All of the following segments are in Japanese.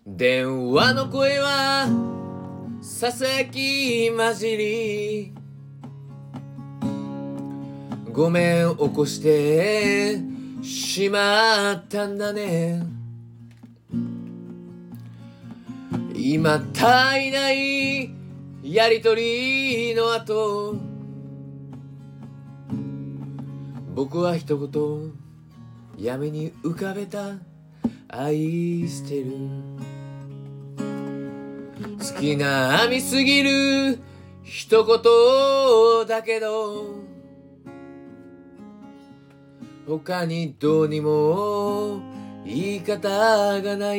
電話の声はささやき混じり、ごめん起こしてしまったんだね。今体内やりとりの後、僕は一言闇に浮かべた愛してる。好きなみすぎる一言だけど、他にどうにも言い方がない。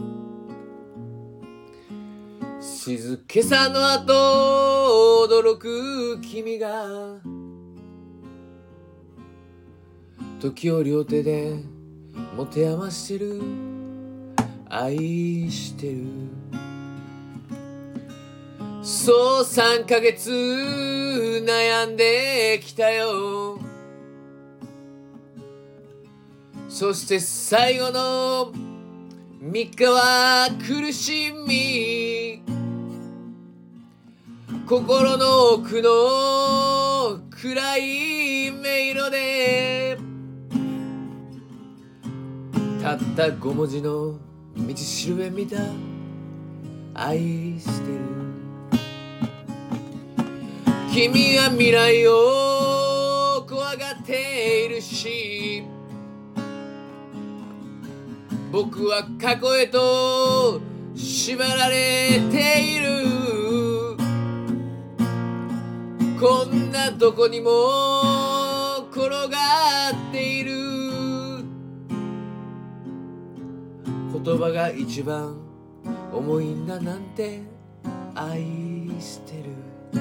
静けさの後驚く君が、時を両手で持て余してる。愛してる。そう3ヶ月悩んできたよ。そして最後の3日は苦しみ、心の奥の暗い迷路でたった5文字の道しるべ見た。愛してる。君は未来を怖がっているし、僕は過去へと縛られている。こんなどこにも転がっている。言葉が一番重いんだなんて愛してる。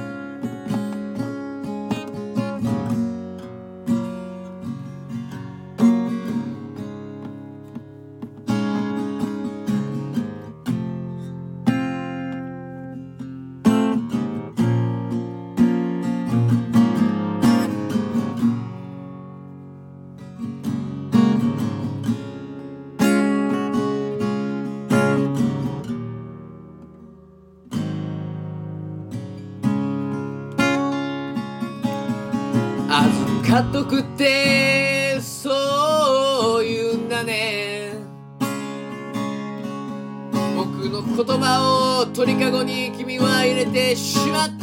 預かっとくってそう言うんだね。僕の言葉を鳥かごに君は入れてしまって、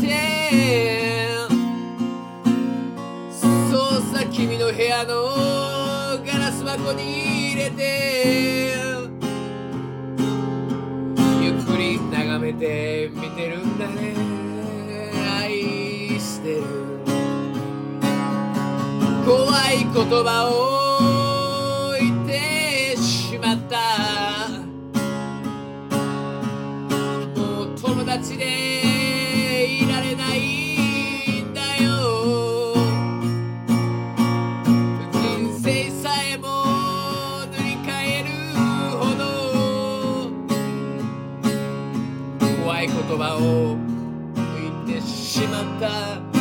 そうさ君の部屋のガラス箱に入れて、ゆっくり眺めて見てるんだね。愛してる。怖い言葉を言ってしまった。もう友達でいられないんだよ。人生さえも塗り替えるほど怖い言葉を言ってしまった。